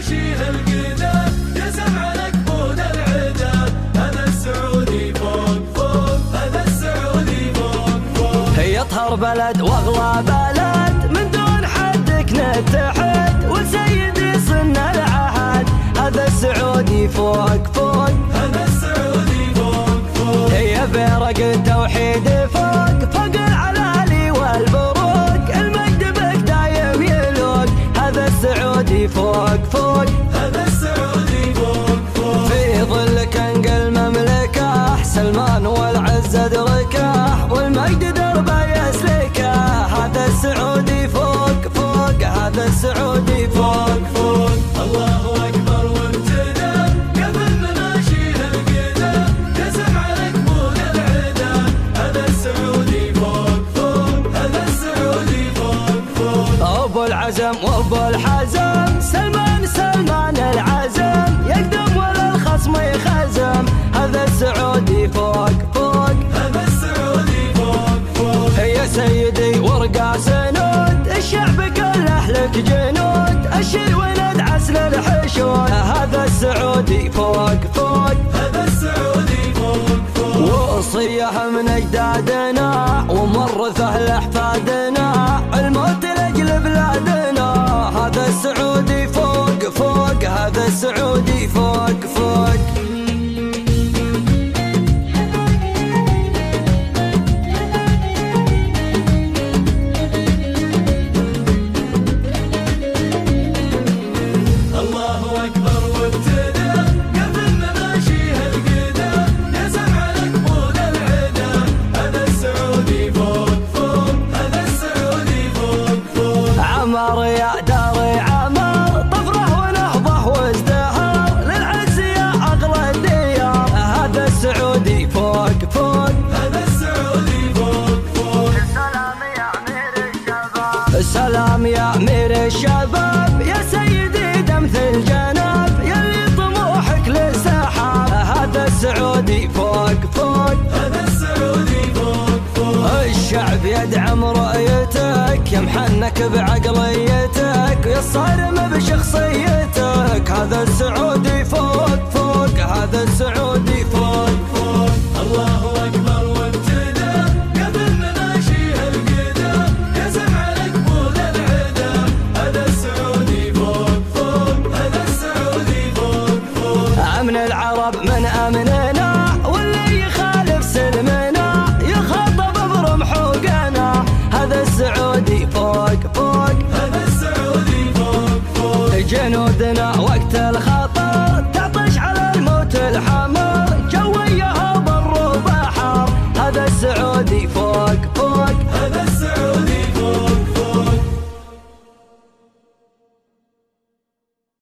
ماشيه القدام يا سمع لك بود العدا. هذا السعودي فوق فوق، هذا السعودي فوق فوق. يطهر بلد واغلى بلد من دون حدك نتحد، وسيدي صن العهد. هذا السعودي فوق فوق، هذا السعودي فوق فوق. هي برق التوحيد فوق فوق العلالي والبروق، المجد بك دايم يلوق. هذا السعودي فوق فوق، هذا السعودي فوق فوق. في ظلك انقى المملكة سلمان والعز ادركه، والمجد دربه يسلكه. هذا السعودي فوق فوق، هذا السعودي فوق فوق. الله أكبر وابتدى قبل ما ماشيه القدام يا سمع لك بود العدا. هذا السعودي فوق فوق، هذا السعودي فوق فوق. أبو العزم وأبو الحزم سلمان العزم، يقدم ولا الخصم يخزم. هذا السعودي فوق فوق، هذا السعودي فوق فوق. يا سيدي ورقة سنود الشعب كله لك جنود، الشيء ولد عسل الحشود. هذا السعودي فوق فوق، هذا السعودي فوق فوق. وصية من أجدادنا ومورثه لأحفادنا، الموت لأجل بلادنا. هذا السعودي فوق فوق، هذا السعودي فوق فوق. الله أكبر وابتدى قبل ما ماشيه القدام يا سمع لك بود العدا. هذا السعودي فوق فوق، هذا السعودي فوق فوق. عمر يا داري عمر طفره ونهضه وازدهار، للعز يا أغلى الديار. هذا السعودي فوق فوق، هذا السعودي فوق فوق. السلام يا أمير الشباب، السلام يا أمير الشباب، يا سيدي دمث الجناب، يلي طموحك للسحاب. هذا السعودي فوق فوق، هذا السعودي فوق فوق. الشعب يدعم رؤيتك، يمحنك بعقليتك، ويصارم بشخصيتك.